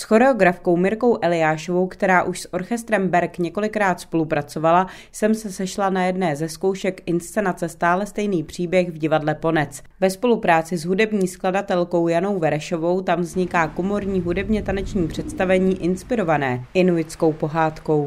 S choreografkou Mirkou Eliášovou, která už s orchestrem Berg několikrát spolupracovala, jsem se sešla na jedné ze zkoušek inscenace Stále stejný příběh v divadle Ponec. Ve spolupráci s hudební skladatelkou Janou Verešovou tam vzniká komorní hudebně taneční představení inspirované inuitskou pohádkou.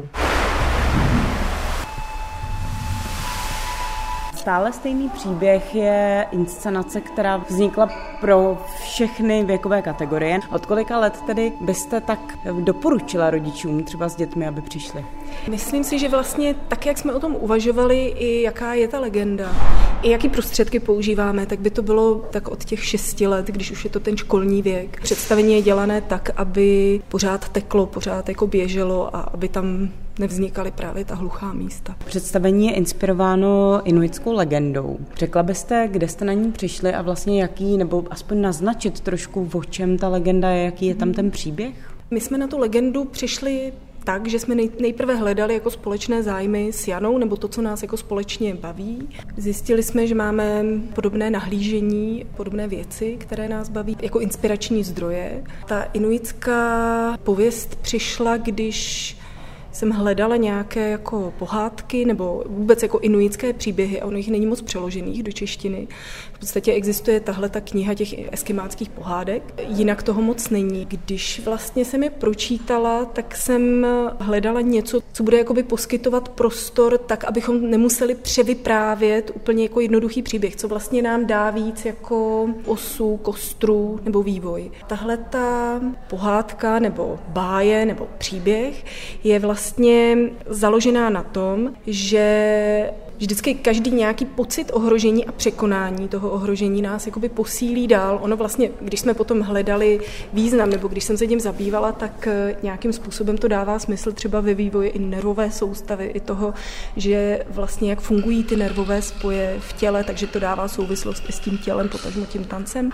Stále stejný příběh je inscenace, která vznikla pro všechny věkové kategorie. Od kolika let tedy byste tak doporučila rodičům třeba s dětmi, aby přišli? Myslím si, že vlastně tak, jak jsme o tom uvažovali, i jaká je ta legenda, i jaký prostředky používáme, tak by to bylo tak od těch 6 let, když už je to ten školní věk. Představení je dělané tak, aby pořád teklo, pořád jako běželo a aby tam nevznikaly právě ta hluchá místa. Představení je inspirováno inuitskou legendou. Řekla byste, kde jste na ní přišli a vlastně jaký, nebo aspoň naznačit trošku, o čem ta legenda je, jaký je tam ten příběh? My jsme na tu legendu přišli tak, že jsme nejprve hledali jako společné zájmy s Janou, nebo to, co nás jako společně baví. Zjistili jsme, že máme podobné nahlížení, podobné věci, které nás baví, jako inspirační zdroje. Ta inuitská pověst přišla, když jsem hledala nějaké jako pohádky nebo vůbec jako inuitské příběhy a ono jich není moc přeložených do češtiny. V podstatě existuje tahle ta kniha těch eskimáckých pohádek, jinak toho moc není. Když vlastně jsem je pročítala, tak jsem hledala něco, co bude jakoby poskytovat prostor tak, abychom nemuseli převyprávět úplně jako jednoduchý příběh, co vlastně nám dá víc jako osu, kostru nebo vývoj. Tahle ta pohádka nebo báje nebo příběh je vlastně založená na tom, že vždycky každý nějaký pocit ohrožení a překonání toho ohrožení nás jakoby posílí dál. Ono vlastně, když jsme potom hledali význam, nebo když jsem se tím zabývala, tak nějakým způsobem to dává smysl třeba ve vývoji i nervové soustavy, i toho, že vlastně jak fungují ty nervové spoje v těle, takže to dává souvislost i s tím tělem, potažmo tím tancem.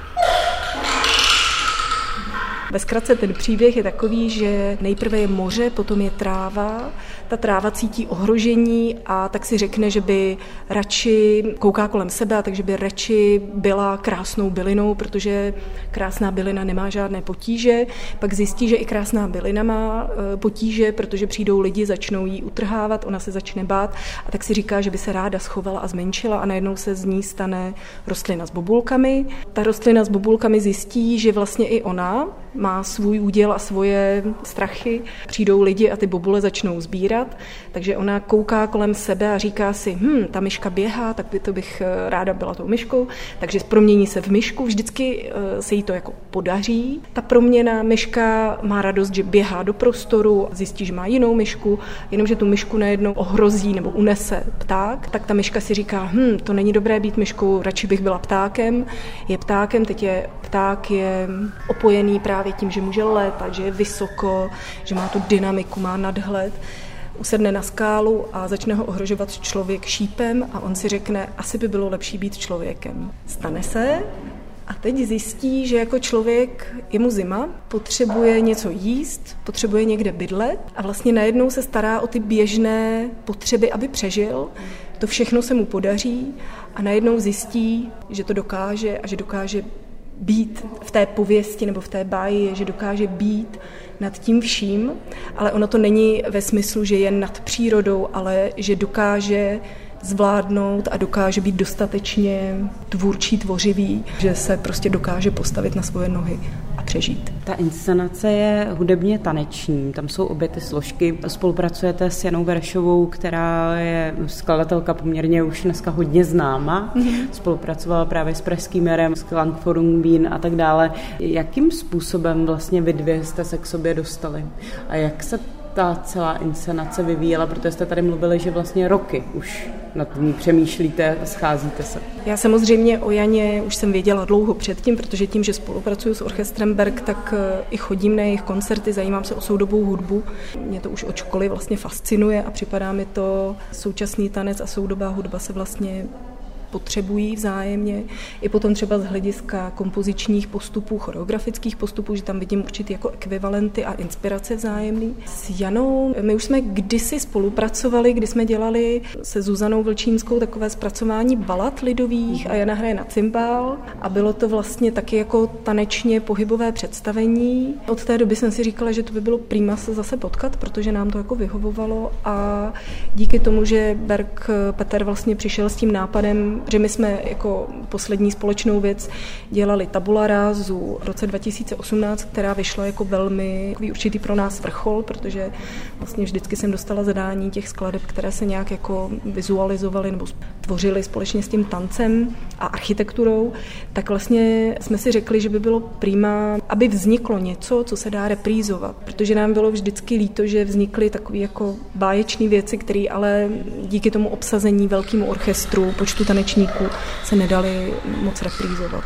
Ve zkratce ten příběh je takový, že nejprve je moře, potom je tráva. Ta tráva cítí ohrožení a tak si řekne, že by radši kouká kolem sebe, a takže by radši byla krásnou bylinou, protože krásná bylina nemá žádné potíže. Pak zjistí, že i krásná bylina má potíže, protože přijdou lidi, začnou jí utrhávat, ona se začne bát a tak si říká, že by se ráda schovala a zmenšila a najednou se z ní stane rostlina s bobulkami. Ta rostlina s bobulkami zjistí, že vlastně i ona má svůj úděl a svoje strachy. Přijdou lidi a ty bobule začnou sbírat, takže ona kouká kolem sebe a říká si, ta myška běhá, tak by to bych ráda byla tou myškou, takže promění se v myšku, vždycky se jí to jako podaří. Ta proměna myška má radost, že běhá do prostoru, zjistí, že má jinou myšku, jenomže tu myšku najednou ohrozí nebo unese pták, tak ta myška si říká, to není dobré být myškou, radši bych byla ptákem. Je ptákem, teď je pták je opojený právě tím, že může létat, že je vysoko, že má tu dynamiku, má nadhled. Usedne na skálu a začne ho ohrožovat člověk šípem a on si řekne, asi by bylo lepší být člověkem. Stane se a teď zjistí, že jako člověk je mu zima, potřebuje něco jíst, potřebuje někde bydlet a vlastně najednou se stará o ty běžné potřeby, aby přežil. To všechno se mu podaří a najednou zjistí, že to dokáže a že dokáže být v té pověsti nebo v té báji, že dokáže být nad tím vším, ale ono to není ve smyslu, že je nad přírodou, ale že dokáže zvládnout a dokáže být dostatečně tvůrčí, tvořivý, že se prostě dokáže postavit na svoje nohy a přežít. Ta inscenace je hudebně taneční, tam jsou obě ty složky. Spolupracujete s Janou Verešovou, která je skladatelka poměrně už dneska hodně známa. Spolupracovala právě s Pražským jarem, s Klangforum Wien a tak dále. Jakým způsobem vlastně vy dvě jste se k sobě dostali? A jak se ta celá inscenace vyvíjela, protože jste tady mluvili, že vlastně roky už nad ní přemýšlíte a scházíte se. Já samozřejmě o Janě už jsem věděla dlouho předtím, protože tím, že spolupracuju s orchestrem Berg, tak i chodím na jejich koncerty, zajímám se o soudobou hudbu. Mě to už od školy vlastně fascinuje a připadá mi to současný tanec a soudobá hudba se vlastně potřebují vzájemně. I potom třeba z hlediska kompozičních postupů, choreografických postupů, že tam vidím určitý jako ekvivalenty a inspirace vzájemný. S Janou, my už jsme kdysi spolupracovali, kdy jsme dělali se Zuzanou Vlčínskou takové zpracování balad lidových a Jana hraje na cymbál a bylo to vlastně taky jako tanečně pohybové představení. Od té doby jsem si říkala, že to by bylo prima se zase potkat, protože nám to jako vyhovovalo a díky tomu, že Berg Petr vlastně přišel s tím nápadem, že my jsme jako poslední společnou věc dělali Tabula rázu v roce 2018, která vyšla jako velmi určitý pro nás vrchol, protože vlastně vždycky jsem dostala zadání těch skladeb, které se nějak jako vizualizovaly nebo tvořily společně s tím tancem a architekturou, tak vlastně jsme si řekli, že by bylo prima, aby vzniklo něco, co se dá reprízovat, protože nám bylo vždycky líto, že vznikly takové jako báječné věci, které ale díky tomu obsazení velkému orchestru, počtu tanečníků se nedaly moc reprízovat.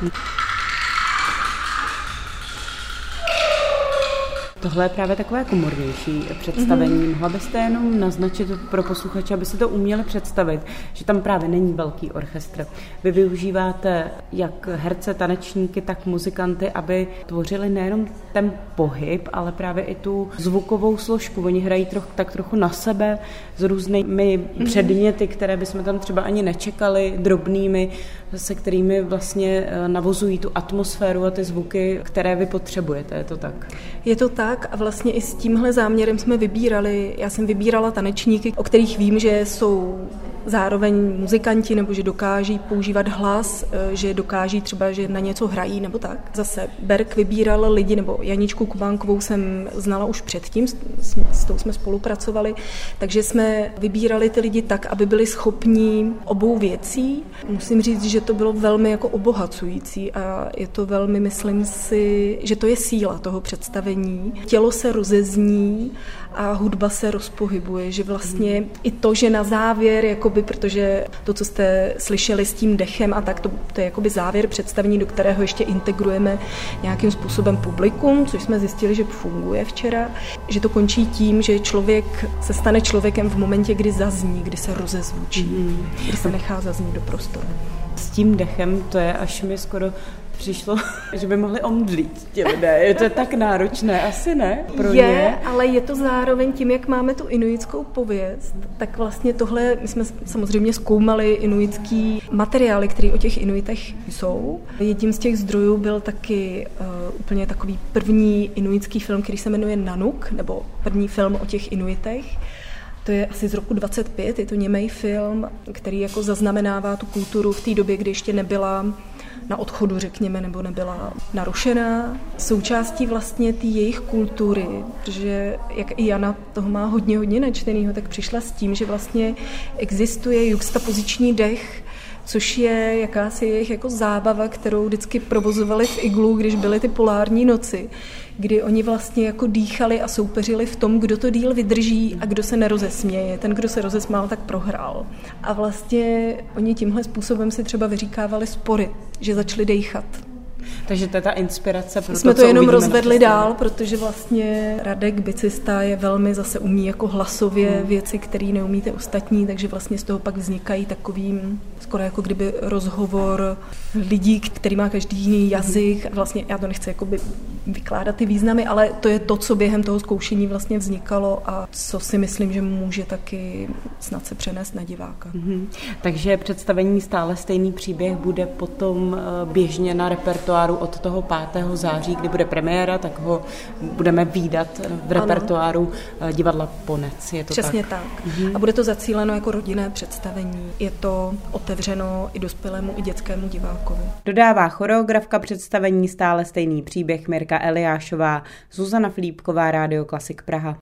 Tohle je právě takové komornější představení. Mohla byste jenom naznačit pro posluchače, aby si to uměli představit, že tam právě není velký orchestr. Vy využíváte jak herce, tanečníky, tak muzikanty, aby tvořili nejenom ten pohyb, ale právě i tu zvukovou složku. Oni hrají tak trochu na sebe s různými předměty, které bychom tam třeba ani nečekali, drobnými, se kterými vlastně navozují tu atmosféru a ty zvuky, které vy potřebujete. Je to tak? Je to tak a vlastně i s tímhle záměrem jsme vybírali, já jsem vybírala tanečníky, o kterých vím, že jsou zároveň muzikanti nebo že dokáží používat hlas, že dokáží třeba, že na něco hrají nebo tak. Zase Berg vybíral lidi, nebo Janičku Kubánkovou jsem znala už předtím, s tou jsme spolupracovali, takže jsme vybírali ty lidi tak, aby byli schopní obou věcí. Musím říct, že to bylo velmi jako obohacující a je to velmi, myslím si, že to je síla toho představení. Tělo se rozezní a hudba se rozpohybuje, že vlastně i to, že na závěr, jakoby, protože to, co jste slyšeli s tím dechem a tak, to je jakoby závěr představení, do kterého ještě integrujeme nějakým způsobem publikum, což jsme zjistili, že funguje včera, že to končí tím, že člověk se stane člověkem v momentě, kdy zazní, kdy se rozezvučí, kdy se nechá zaznít do prostoru. S tím dechem to je, až mi skoro přišlo, že by mohli omdlít ti lidé. Je to tak náročné, asi ne? Pro ně. Ale je to zároveň tím, jak máme tu inuitskou pověst, tak vlastně tohle, my jsme samozřejmě zkoumali inuitský materiály, které o těch Inuitech jsou. Jedním z těch zdrojů byl taky úplně takový první inuitský film, který se jmenuje Nanuk, nebo první film o těch Inuitech. To je asi z roku 25, je to němej film, který jako zaznamenává tu kulturu v té době, kdy ještě nebyla na odchodu, řekněme, nebo nebyla narušená. Součástí vlastně té jejich kultury, protože jak i Jana toho má hodně načtenýho, tak přišla s tím, že vlastně existuje juxtapoziční dech, což je jakási jejich jako zábava, kterou vždycky provozovali v iglu, když byly ty polární noci, kdy oni vlastně jako dýchali a soupeřili v tom, kdo to díl vydrží a kdo se nerozesměje. Ten, kdo se rozesmál, tak prohrál. A vlastně oni tímhle způsobem si třeba vyříkávali spory, že začali dejchat. Takže to je ta inspirace pro to, jsme to jenom rozvedli dál, protože vlastně Radek, bicista, je velmi zase umí jako hlasově věci, které neumíte ostatní, takže vlastně z toho pak vznikají takovým skoro jako kdyby rozhovor lidí, který má každý jiný jazyk. Vlastně já to nechci jakoby vykládat ty významy, ale to je to, co během toho zkoušení vlastně vznikalo a co si myslím, že může taky snad se přenést na diváka. Takže představení Stále stejný příběh bude potom běžně na repertoáru od toho 5. září, kdy bude premiéra, tak ho budeme vídat v repertoáru divadla Ponec. Je to přesně tak. A bude to zacíleno jako rodinné představení. Je to otevřeno i dospělému, i dětskému divákovi. Dodává choreografka představení Stále stejný příběh Mirka Eliášová, Zuzana Flípková, Rádio Klasik Praha.